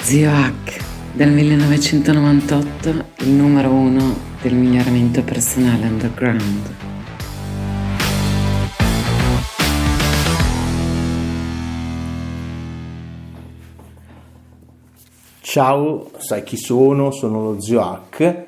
Zio Hack, del 1998, il numero 1 del miglioramento personale underground. Ciao, sai chi sono? Sono lo Zio Hack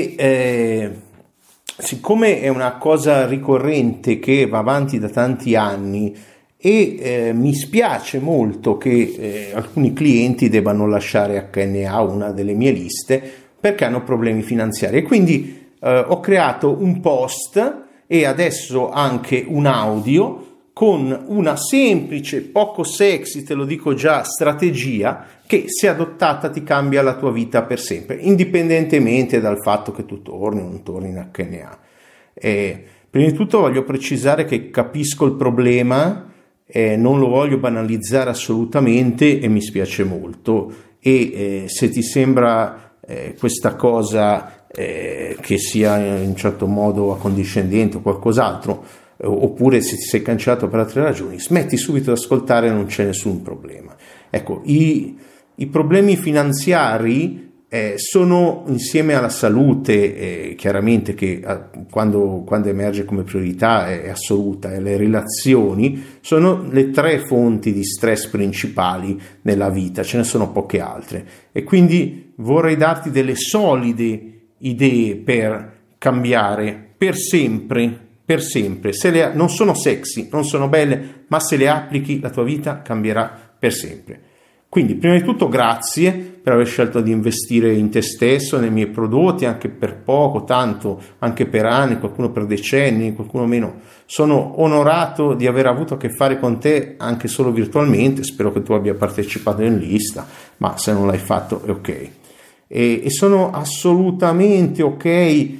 e siccome è una cosa ricorrente che va avanti da tanti anni e mi spiace molto che alcuni clienti debbano lasciare HNA, una delle mie liste, perché hanno problemi finanziari, e quindi ho creato un post e adesso anche un audio con una semplice, poco sexy, te lo dico già, strategia che, se adottata, ti cambia la tua vita per sempre, indipendentemente dal fatto che tu torni o non torni in HNA. Prima di tutto voglio precisare che capisco il problema, non lo voglio banalizzare assolutamente e mi spiace molto, e se ti sembra questa cosa che sia in un certo modo accondiscendente o qualcos'altro, oppure se ti sei cancellato per altre ragioni, smetti subito di ascoltare, non c'è nessun problema. Ecco, i problemi finanziari sono, insieme alla salute, chiaramente, che quando emerge come priorità è assoluta, e le relazioni sono le tre fonti di stress principali nella vita, ce ne sono poche altre, e quindi vorrei darti delle solide idee per cambiare per sempre. Non sono sexy, non sono belle, ma se le applichi la tua vita cambierà per sempre. Quindi, prima di tutto, grazie per aver scelto di investire in te stesso, nei miei prodotti, anche per poco, tanto, anche per anni, qualcuno per decenni, qualcuno meno. Sono onorato di aver avuto a che fare con te anche solo virtualmente. Spero che tu abbia partecipato in lista, ma se non l'hai fatto è ok. E sono assolutamente ok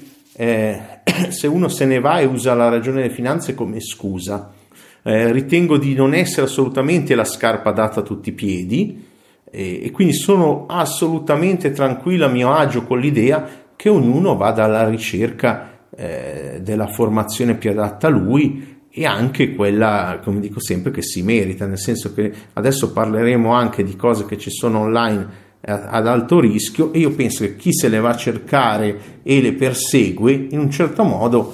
se uno se ne va e usa la ragione delle finanze come scusa. Ritengo di non essere assolutamente la scarpa data a tutti i piedi, e quindi sono assolutamente tranquillo, a mio agio con l'idea che ognuno vada alla ricerca della formazione più adatta a lui, e anche quella, come dico sempre, che si merita, nel senso che adesso parleremo anche di cose che ci sono online ad alto rischio, e io penso che chi se le va a cercare e le persegue in un certo modo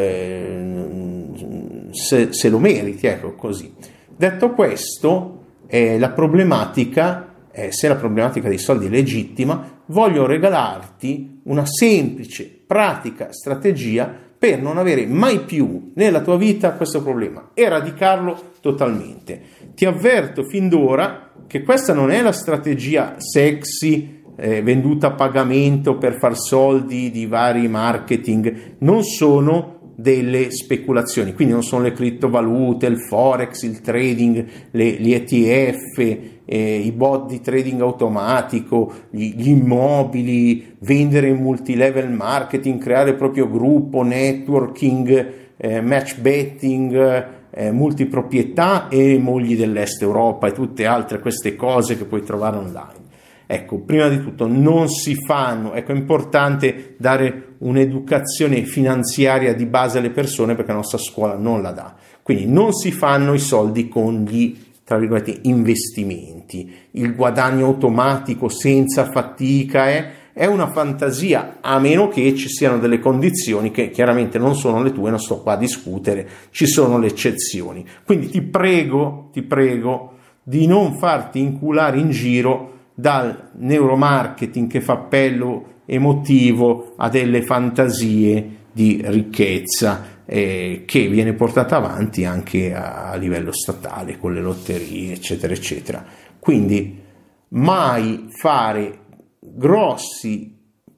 se lo meriti, ecco, così. Detto questo, la problematica, se la problematica dei soldi è legittima, voglio regalarti una semplice, pratica strategia per non avere mai più nella tua vita questo problema, eradicarlo totalmente. Ti avverto fin d'ora che questa non è la strategia sexy venduta a pagamento per far soldi di vari marketing, non sono delle speculazioni, quindi non sono le criptovalute, il forex, il trading, gli ETF, i bot di trading automatico, gli immobili, vendere in multilevel marketing, creare il proprio gruppo, networking, match betting, multiproprietà e mogli dell'est Europa e tutte altre queste cose che puoi trovare online. Ecco, prima di tutto non si fanno, ecco, è importante dare un'educazione finanziaria di base alle persone, perché la nostra scuola non la dà. Quindi non si fanno i soldi con gli, tra virgolette, investimenti. Il guadagno automatico senza fatica è una fantasia, a meno che ci siano delle condizioni che chiaramente non sono le tue, non sto qua a discutere, ci sono le eccezioni. Quindi ti prego di non farti inculare in giro dal neuromarketing che fa appello emotivo a delle fantasie di ricchezza che viene portata avanti anche a livello statale con le lotterie, eccetera eccetera. Quindi mai fare grossi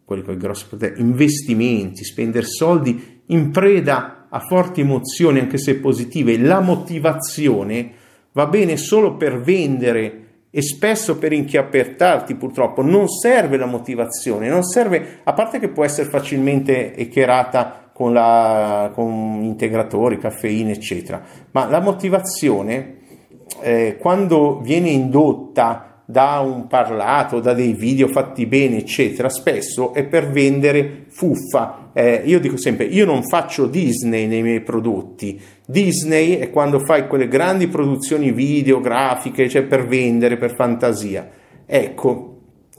investimenti, spendere soldi in preda a forti emozioni, anche se positive. La motivazione va bene solo per vendere e spesso per inchiappettarti, purtroppo. Non serve la motivazione, non serve, a parte che può essere facilmente eccherata con integratori, caffeine, eccetera, ma la motivazione, quando viene indotta da un parlato, da dei video fatti bene, eccetera, spesso è per vendere fuffa. Io dico sempre, io non faccio Disney nei miei prodotti. Disney è quando fai quelle grandi produzioni videografiche, cioè per vendere, per fantasia. Ecco,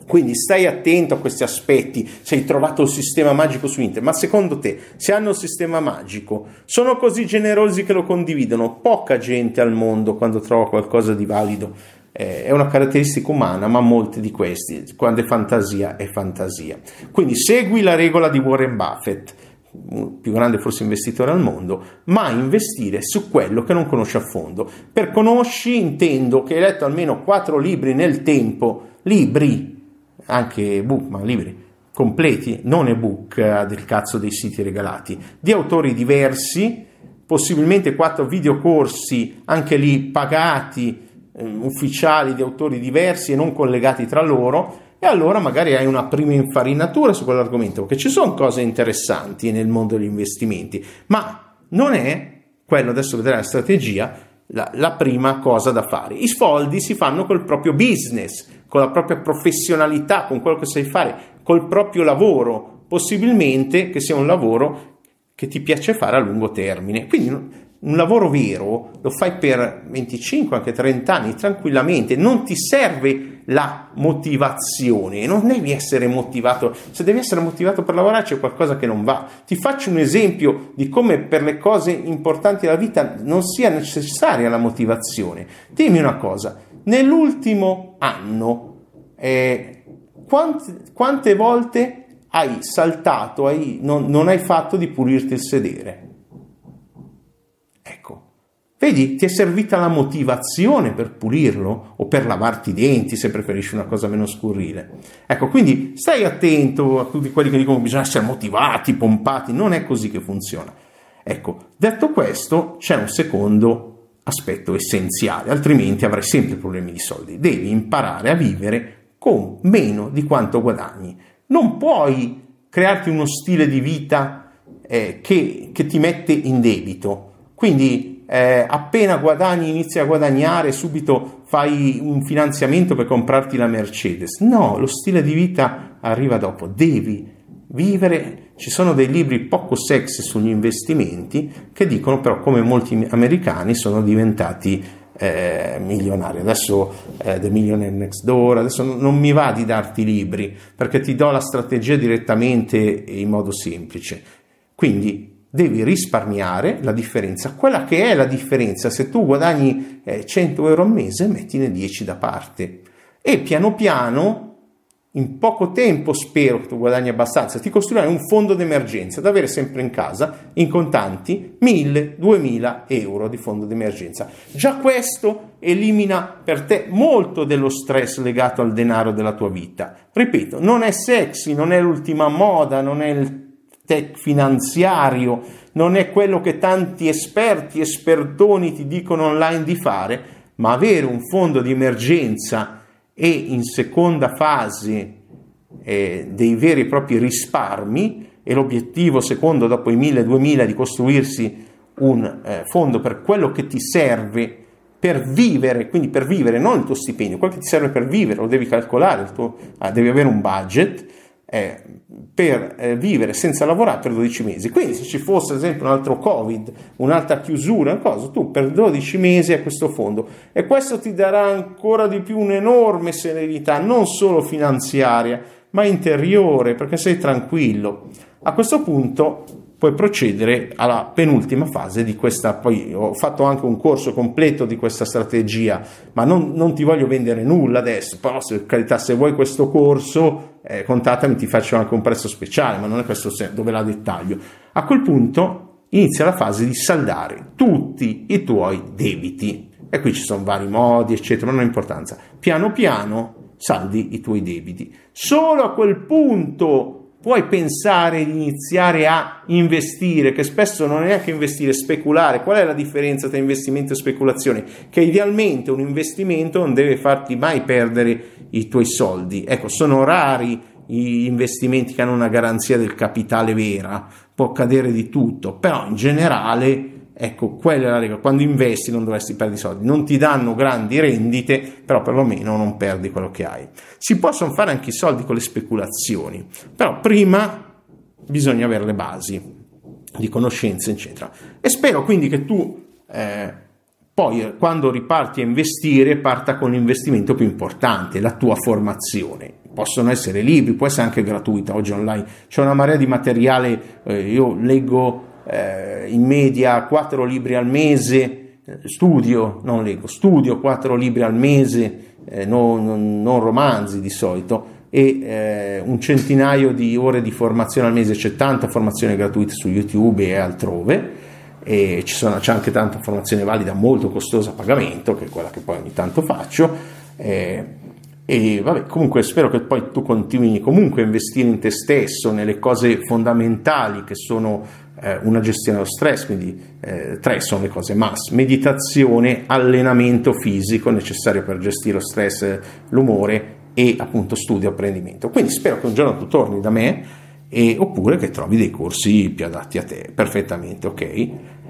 Quindi stai attento a questi aspetti, se hai trovato il sistema magico su internet, ma secondo te, se hanno il sistema magico, sono così generosi che lo condividono? Poca gente al mondo, quando trova qualcosa di valido, è una caratteristica umana, ma molte di questi, quando è fantasia, è fantasia. Quindi segui la regola di Warren Buffett, il più grande forse investitore al mondo, ma investire su quello che non conosci a fondo. Per conosci intendo che hai letto almeno 4 libri nel tempo, libri, anche ebook, ma libri completi, non ebook del cazzo dei siti regalati, di autori diversi, possibilmente 4 videocorsi, anche lì pagati, ufficiali, di autori diversi e non collegati tra loro, e allora magari hai una prima infarinatura su quell'argomento, perché ci sono cose interessanti nel mondo degli investimenti, ma non è quello, adesso vedrai la strategia, la prima cosa da fare. I soldi si fanno col proprio business, con la propria professionalità, con quello che sai fare, col proprio lavoro, possibilmente che sia un lavoro che ti piace fare a lungo termine. Quindi un lavoro vero lo fai per 25, anche 30 anni tranquillamente, non ti serve la motivazione, non devi essere motivato. Se devi essere motivato per lavorare c'è qualcosa che non va. Ti faccio un esempio di come per le cose importanti della vita non sia necessaria la motivazione. Dimmi una cosa, nell'ultimo anno quante volte hai saltato, non hai fatto di pulirti il sedere? Ecco, vedi, ti è servita la motivazione per pulirlo o per lavarti i denti, se preferisci una cosa meno scurrile. Ecco, quindi stai attento a tutti quelli che dicono che bisogna essere motivati, pompati, non è così che funziona. Ecco, detto questo, c'è un secondo aspetto essenziale, altrimenti avrai sempre problemi di soldi. Devi imparare a vivere con meno di quanto guadagni. Non puoi crearti uno stile di vita che ti mette in debito. Quindi appena guadagni, inizi a guadagnare, subito fai un finanziamento per comprarti la Mercedes. No, lo stile di vita arriva dopo. Devi vivere. Ci sono dei libri poco sexy sugli investimenti che dicono però come molti americani sono diventati milionari. Adesso The Millionaire Next Door, adesso non mi va di darti libri perché ti do la strategia direttamente in modo semplice. Quindi devi risparmiare la differenza, quella che è la differenza. Se tu guadagni 100 euro al mese, mettine 10 da parte e piano piano, in poco tempo, spero che tu guadagni abbastanza, ti costruirai un fondo d'emergenza da avere sempre in casa, in contanti, 1.000-2.000 euro di fondo d'emergenza. Già questo elimina per te molto dello stress legato al denaro della tua vita. Ripeto, non è sexy, non è l'ultima moda, non è il tech finanziario, non è quello che tanti espertoni ti dicono online di fare, ma avere un fondo di emergenza e in seconda fase dei veri e propri risparmi, e l'obiettivo secondo dopo i 1.000-2.000 di costruirsi un fondo per quello che ti serve per vivere, quindi per vivere, non il tuo stipendio, quello che ti serve per vivere, lo devi calcolare, devi avere un budget per vivere senza lavorare per 12 mesi. Quindi se ci fosse ad esempio un altro Covid, un'altra chiusura, una cosa, tu per 12 mesi hai questo fondo e questo ti darà ancora di più un'enorme serenità, non solo finanziaria ma interiore, perché sei tranquillo. A questo punto puoi procedere alla penultima fase di questa. Poi ho fatto anche un corso completo di questa strategia, ma non ti voglio vendere nulla adesso, però per carità, se vuoi questo corso contattami, ti faccio anche un prezzo speciale, ma non è questo dove la dettaglio. A quel punto inizia la fase di saldare tutti i tuoi debiti e qui ci sono vari modi eccetera, non ha importanza. Piano piano saldi i tuoi debiti. Solo a quel punto puoi pensare di iniziare a investire, che spesso non è neanche investire, speculare. Qual è la differenza tra investimento e speculazione? Che idealmente un investimento non deve farti mai perdere i tuoi soldi. Ecco, sono rari gli investimenti che hanno una garanzia del capitale vera, può accadere di tutto, però in generale, ecco, quella è la regola. Quando investi non dovresti perdere i soldi, non ti danno grandi rendite, però perlomeno non perdi quello che hai. Si possono fare anche i soldi con le speculazioni, però prima bisogna avere le basi di conoscenze eccetera, e spero quindi che tu poi quando riparti a investire parta con l'investimento più importante, la tua formazione. possono essere libri, può essere anche gratuita oggi online, c'è una marea di materiale, io leggo in media 4 libri al mese, studio 4 libri al mese, non romanzi di solito, e un centinaio di ore di formazione al mese. C'è tanta formazione gratuita su YouTube e altrove, e c'è anche tanta formazione valida molto costosa a pagamento, che è quella che poi ogni tanto faccio, e vabbè, comunque spero che poi tu continui comunque a investire in te stesso, nelle cose fondamentali che sono una gestione dello stress. Quindi 3 sono le cose meditazione, allenamento fisico necessario per gestire lo stress, l'umore, e appunto studio e apprendimento. Quindi spero che un giorno tu torni da me, oppure che trovi dei corsi più adatti a te. Perfettamente, ok?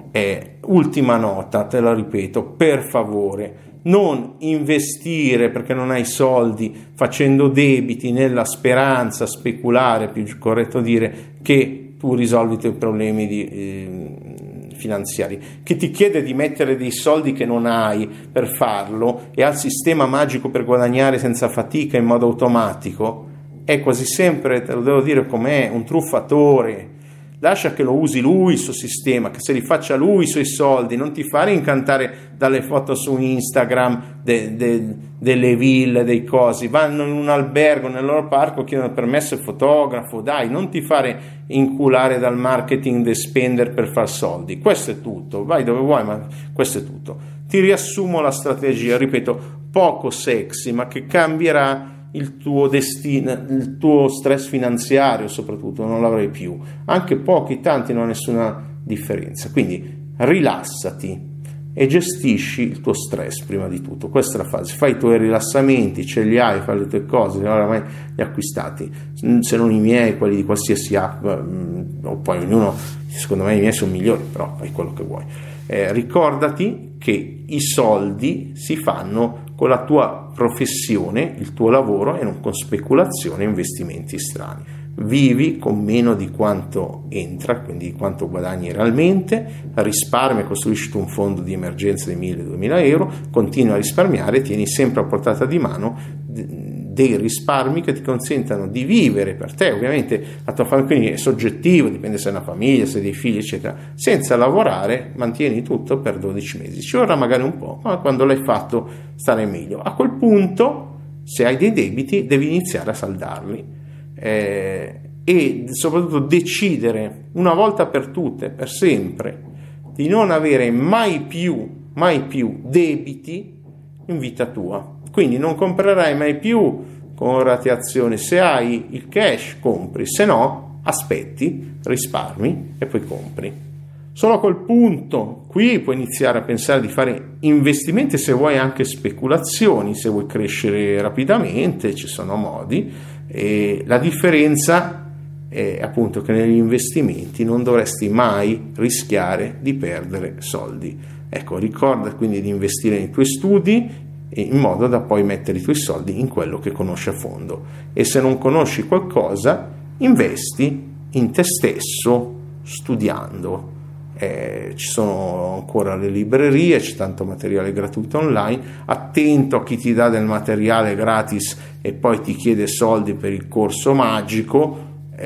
Ultima nota, te la ripeto, per favore, non investire perché non hai soldi facendo debiti nella speranza, speculare, più corretto dire, che tu risolvi i tuoi problemi finanziari. Chi ti chiede di mettere dei soldi che non hai per farlo e al sistema magico per guadagnare senza fatica in modo automatico è quasi sempre, te lo devo dire com'è, un truffatore. Lascia che lo usi lui il suo sistema, che se li faccia lui i suoi soldi, non ti fare incantare dalle foto su Instagram delle ville, dei cosi. Vanno in un albergo, nel loro parco, chiedono permesso al fotografo. Dai, non ti fare inculare dal marketing de spender per far soldi. Questo è tutto, vai dove vuoi, ma questo è tutto. Ti riassumo la strategia, ripeto, poco sexy, ma che cambierà il tuo destino, il tuo stress finanziario soprattutto, non l'avrai più. Anche pochi, tanti, non ha nessuna differenza. Quindi rilassati e gestisci il tuo stress prima di tutto. Questa è la fase. Fai i tuoi rilassamenti, ce li hai, fai le tue cose, oramai li acquistati, se non i miei, quelli di qualsiasi app, o poi ognuno, secondo me i miei sono migliori, però fai quello che vuoi. Ricordati che i soldi si fanno con la tua professione, il tuo lavoro, e non con speculazione e investimenti strani. Vivi con meno di quanto entra, quindi di quanto guadagni realmente, risparmia, costruisci un fondo di emergenza di 1.000-2.000 euro, continua a risparmiare, tieni sempre a portata di mano dei risparmi che ti consentano di vivere per te. Ovviamente la tua famiglia, quindi è soggettivo, dipende se hai una famiglia, se hai dei figli, eccetera. Senza lavorare mantieni tutto per 12 mesi. Ci vorrà magari un po', ma quando l'hai fatto starai meglio. A quel punto, se hai dei debiti, devi iniziare a saldarli, e soprattutto decidere una volta per tutte, per sempre, di non avere mai più debiti in vita tua. Quindi non comprerai mai più con rateazione. Se hai il cash compri, se no aspetti, risparmi e poi compri. Solo a quel punto qui puoi iniziare a pensare di fare investimenti, se vuoi anche speculazioni, se vuoi crescere rapidamente, ci sono modi. E la differenza è appunto che negli investimenti non dovresti mai rischiare di perdere soldi. Ecco, ricorda quindi di investire nei tuoi studi, in modo da poi mettere i tuoi soldi in quello che conosci a fondo. E se non conosci qualcosa, investi in te stesso studiando. Ci sono ancora le librerie, c'è tanto materiale gratuito online. Attento a chi ti dà del materiale gratis e poi ti chiede soldi per il corso magico.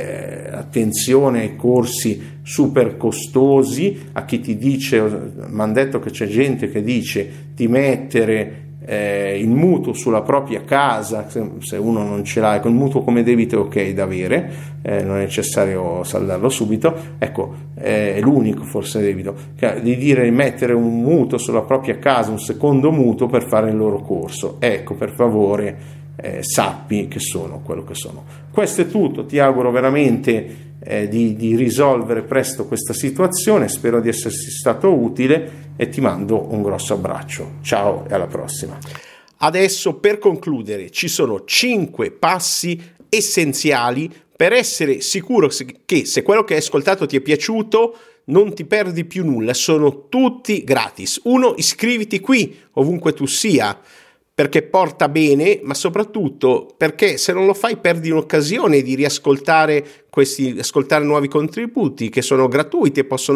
Attenzione ai corsi super costosi, a chi ti dice, mi hanno detto che c'è gente che dice di mettere il mutuo sulla propria casa, se uno non ce l'ha, con il mutuo come debito è ok da avere, non è necessario saldarlo subito. Ecco, è l'unico forse debito, di dire di mettere un mutuo sulla propria casa, un secondo mutuo per fare il loro corso. Ecco, per favore, sappi che sono quello che sono. Questo è tutto, ti auguro veramente di risolvere presto questa situazione, spero di essersi stato utile e ti mando un grosso abbraccio. Ciao e alla prossima. Adesso, per concludere, ci sono 5 passi essenziali per essere sicuro che se quello che hai ascoltato ti è piaciuto non ti perdi più nulla, sono tutti gratis. 1. Iscriviti qui ovunque tu sia, perché porta bene, ma soprattutto perché se non lo fai perdi un'occasione di ascoltare nuovi contributi che sono gratuiti e possono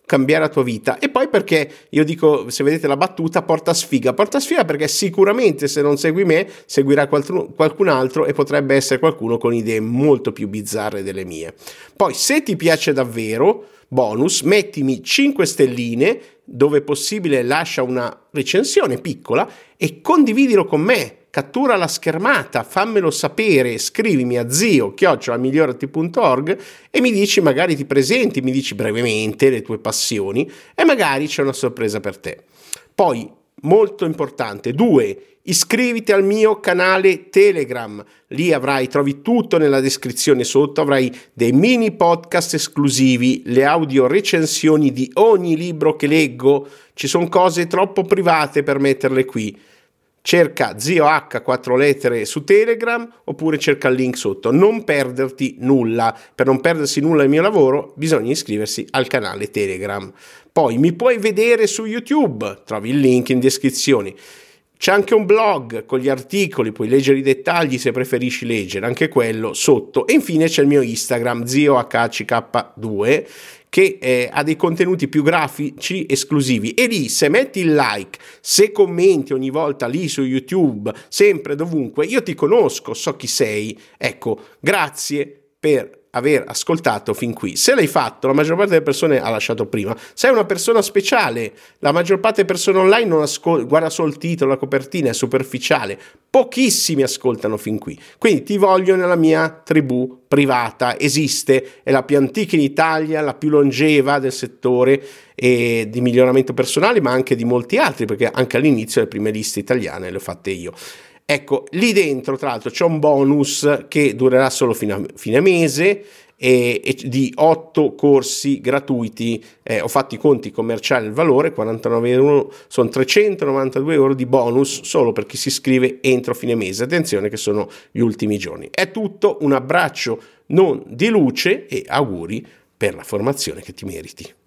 cambiare la tua vita. E poi perché io dico, se vedete la battuta, porta sfiga perché sicuramente se non segui me seguirà qualcun altro e potrebbe essere qualcuno con idee molto più bizzarre delle mie. Poi se ti piace davvero, bonus, mettimi 5 stelline, dove possibile lascia una recensione piccola e condividilo con me. Cattura la schermata, fammelo sapere, scrivimi a zio@migliorati.org e mi dici, magari ti presenti, mi dici brevemente le tue passioni e magari c'è una sorpresa per te. Poi, molto importante, 2, iscriviti al mio canale Telegram, lì trovi tutto nella descrizione sotto, avrai dei mini podcast esclusivi, le audio recensioni di ogni libro che leggo, ci sono cose troppo private per metterle qui. Cerca Zio H 4 lettere su Telegram oppure cerca il link sotto. Non perderti nulla. Per non perdersi nulla del mio lavoro bisogna iscriversi al canale Telegram. Poi mi puoi vedere su YouTube, trovi il link in descrizione. C'è anche un blog con gli articoli, puoi leggere i dettagli se preferisci leggere, anche quello sotto. E infine c'è il mio Instagram, ZioHCK2, che ha dei contenuti più grafici esclusivi, e lì se metti il like, se commenti ogni volta lì su YouTube, sempre dovunque, io ti conosco, so chi sei. Ecco, grazie per aver ascoltato fin qui. Se l'hai fatto, la maggior parte delle persone ha lasciato prima. Sei una persona speciale, la maggior parte delle persone online non guarda solo il titolo, la copertina è superficiale, pochissimi ascoltano fin qui, quindi ti voglio nella mia tribù privata. Esiste, è la più antica in Italia, la più longeva del settore e di miglioramento personale, ma anche di molti altri, perché anche all'inizio le prime liste italiane le ho fatte io. Ecco, lì dentro tra l'altro c'è un bonus che durerà solo fino a fine mese e di 8 corsi gratuiti. Ho fatto i conti commerciali, il valore 49 euro, sono 392 euro di bonus solo per chi si iscrive entro fine mese. Attenzione che sono gli ultimi giorni. È tutto, un abbraccio non di luce e auguri per la formazione che ti meriti.